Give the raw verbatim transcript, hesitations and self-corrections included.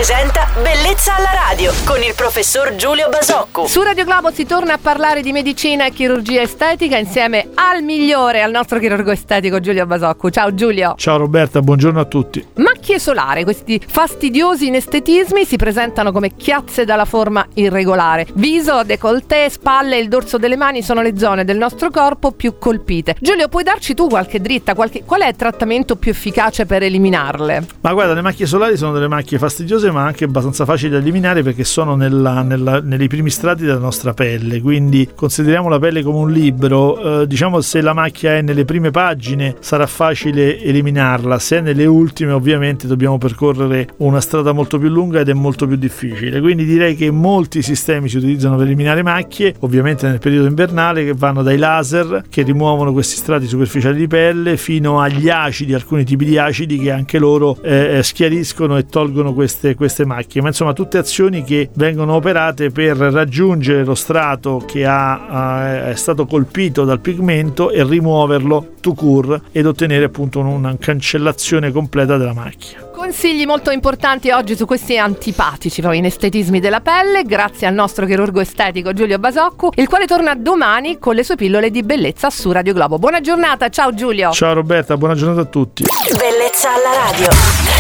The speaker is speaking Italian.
presenta Bellezza alla radio con il professor Giulio Basocco. Su Radio Globo si torna a parlare di medicina e chirurgia estetica insieme al migliore, al nostro chirurgo estetico Giulio Basocco. Ciao Giulio. Ciao Roberta, buongiorno a tutti. Macchie solari, questi fastidiosi inestetismi si presentano come chiazze dalla forma irregolare. Viso, décolleté, spalle e il dorso delle mani sono le zone del nostro corpo più colpite. Giulio, puoi darci tu qualche dritta? Qualche... Qual è il trattamento più efficace per eliminarle? Ma guarda, le macchie solari sono delle macchie fastidiose ma anche abbastanza facili da eliminare perché sono nella, nella, nei primi strati della nostra pelle, quindi consideriamo la pelle come un libro. Eh, diciamo, se la macchia è nelle prime pagine sarà facile eliminarla, se è nelle ultime ovviamente dobbiamo percorrere una strada molto più lunga ed è molto più difficile, quindi direi che molti sistemi si utilizzano per eliminare macchie, ovviamente nel periodo invernale, che vanno dai laser che rimuovono questi strati superficiali di pelle fino agli acidi, alcuni tipi di acidi che anche loro eh, schiariscono e tolgono queste, queste macchie, ma insomma tutte azioni che vengono operate per raggiungere lo strato che ha, è stato colpito dal pigmento e rimuoverlo tout court ed ottenere appunto una cancellazione completa della macchia. Consigli molto importanti oggi su questi antipatici poi inestetismi della pelle, grazie al nostro chirurgo estetico Giulio Basocco, il quale torna domani con le sue pillole di bellezza su Radio Globo. Buona giornata, ciao Giulio. Ciao Roberta, buona giornata a tutti. Bellezza alla radio.